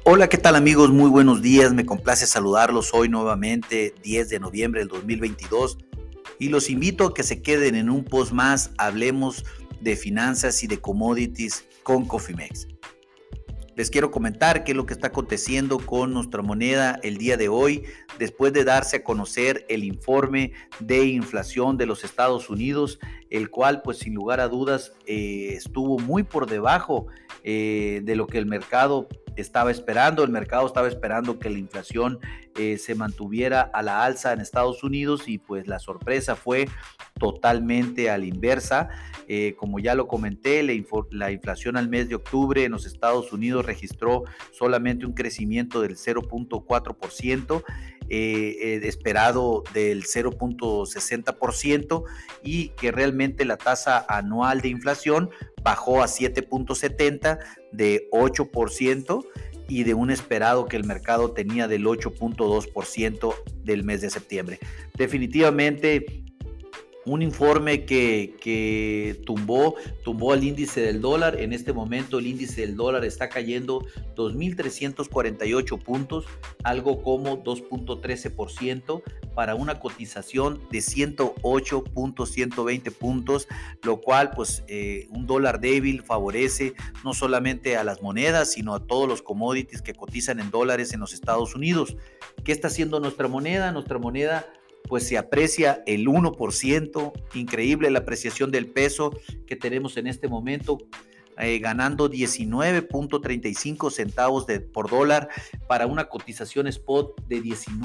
Hola, ¿qué tal amigos? Muy buenos días, me complace saludarlos hoy nuevamente, 10 de noviembre del 2022, y los invito a que se queden en un post más, hablemos de finanzas y de commodities con Cofimex. Les quiero comentar qué es lo que está aconteciendo con nuestra moneda el día de hoy, después de darse a conocer el informe de inflación de los Estados Unidos, el cual, pues sin lugar a dudas, estuvo muy por debajo de lo que el mercado estaba esperando. El mercado estaba esperando que la inflación se mantuviera a la alza en Estados Unidos y pues la sorpresa fue totalmente a la inversa. Como ya lo comenté, la inflación al mes de octubre en los Estados Unidos registró solamente un crecimiento del 0.4%, esperado del 0.60%, y que realmente la tasa anual de inflación bajó a 7.70 de 8%, y de un esperado que el mercado tenía del 8.2% del mes de septiembre. Definitivamente un informe que tumbó al índice del dólar. En este momento el índice del dólar está cayendo 2.348 puntos, algo como 2.13%, para una cotización de 108.120 puntos, lo cual pues un dólar débil favorece no solamente a las monedas, sino a todos los commodities que cotizan en dólares en los Estados Unidos. ¿Qué está haciendo nuestra moneda? Nuestra moneda pues se aprecia el 1%, increíble la apreciación del peso que tenemos en este momento, ganando 19.35 centavos por dólar para una cotización spot de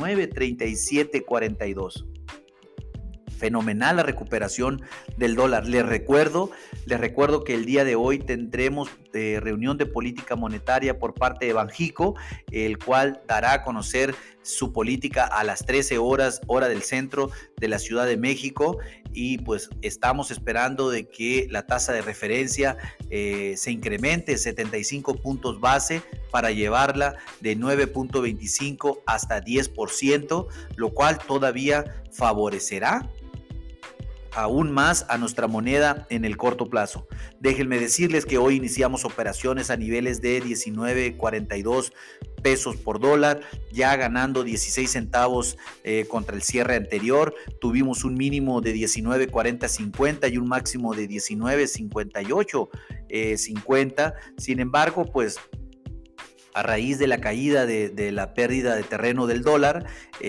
19.3742. Fenomenal la recuperación del dólar. Les recuerdo que el día de hoy tendremos reunión de política monetaria por parte de Banxico, el cual dará a conocer su política a las 13 horas, hora del centro de la Ciudad de México, y pues estamos esperando de que la tasa de referencia se incremente 75 puntos base para llevarla de 9.25 hasta 10%, lo cual todavía favorecerá aún más a nuestra moneda en el corto plazo. Déjenme decirles que hoy iniciamos operaciones a niveles de 19.42 pesos por dólar, ya ganando 16 centavos contra el cierre anterior. Tuvimos un mínimo de 19.40.50 y un máximo de 19.58.50. Sin embargo, pues a raíz de la caída de la pérdida de terreno del dólar,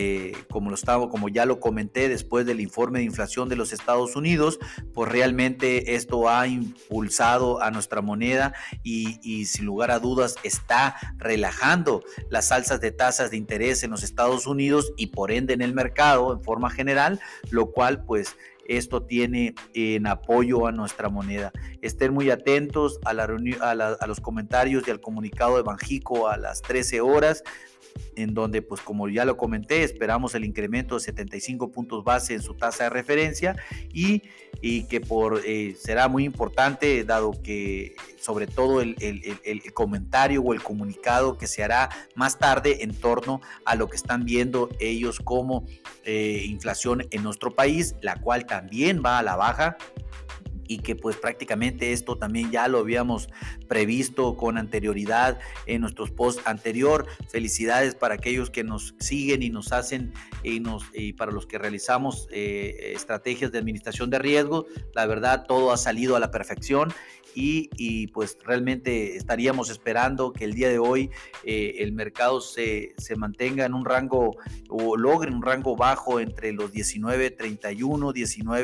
como ya lo comenté después del informe de inflación de los Estados Unidos, pues realmente esto ha impulsado a nuestra moneda y sin lugar a dudas está relajando las alzas de tasas de interés en los Estados Unidos y por ende en el mercado en forma general, lo cual pues esto tiene en apoyo a nuestra moneda. Estén muy atentos a los comentarios y al comunicado de Banxico a las 13 horas, en donde, pues como ya lo comenté, esperamos el incremento de 75 puntos base en su tasa de referencia y que será muy importante, dado que sobre todo el comentario o el comunicado que se hará más tarde en torno a lo que están viendo ellos como inflación en nuestro país, la cual también va a la baja, y que pues prácticamente esto también ya lo habíamos previsto con anterioridad en nuestros posts anterior. Felicidades para aquellos que nos siguen y nos hacen y para los que realizamos estrategias de administración de riesgo. La verdad, todo ha salido a la perfección y pues realmente estaríamos esperando que el día de hoy el mercado se mantenga en un rango o logre un rango bajo entre los 19.31,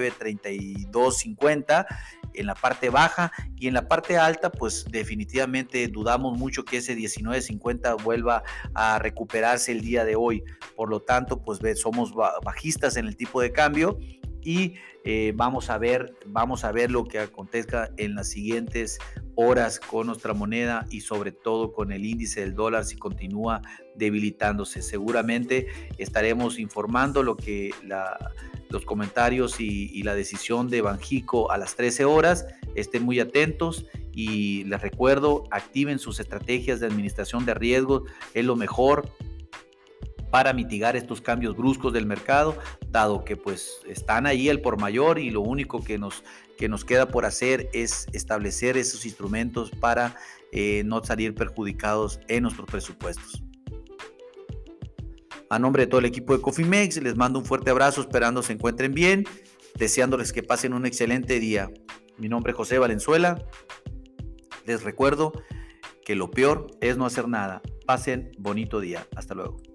19.32.50 en la parte baja, y en la parte alta pues definitivamente dudamos mucho que ese 19.50 vuelva a recuperarse el día de hoy. Por lo tanto, pues somos bajistas en el tipo de cambio y vamos a ver lo que acontezca en las siguientes horas con nuestra moneda y sobre todo con el índice del dólar si continúa debilitándose. Seguramente estaremos informando lo que los comentarios y la decisión de Banxico a las 13 horas. Estén muy atentos y les recuerdo, activen sus estrategias de administración de riesgos, es lo mejor para mitigar estos cambios bruscos del mercado, dado que pues están ahí el por mayor y lo único que nos queda por hacer es establecer esos instrumentos para no salir perjudicados en nuestros presupuestos. A nombre de todo el equipo de Cofimex, les mando un fuerte abrazo, esperando se encuentren bien, deseándoles que pasen un excelente día. Mi nombre es José Valenzuela. Les recuerdo que lo peor es no hacer nada. Pasen bonito día. Hasta luego.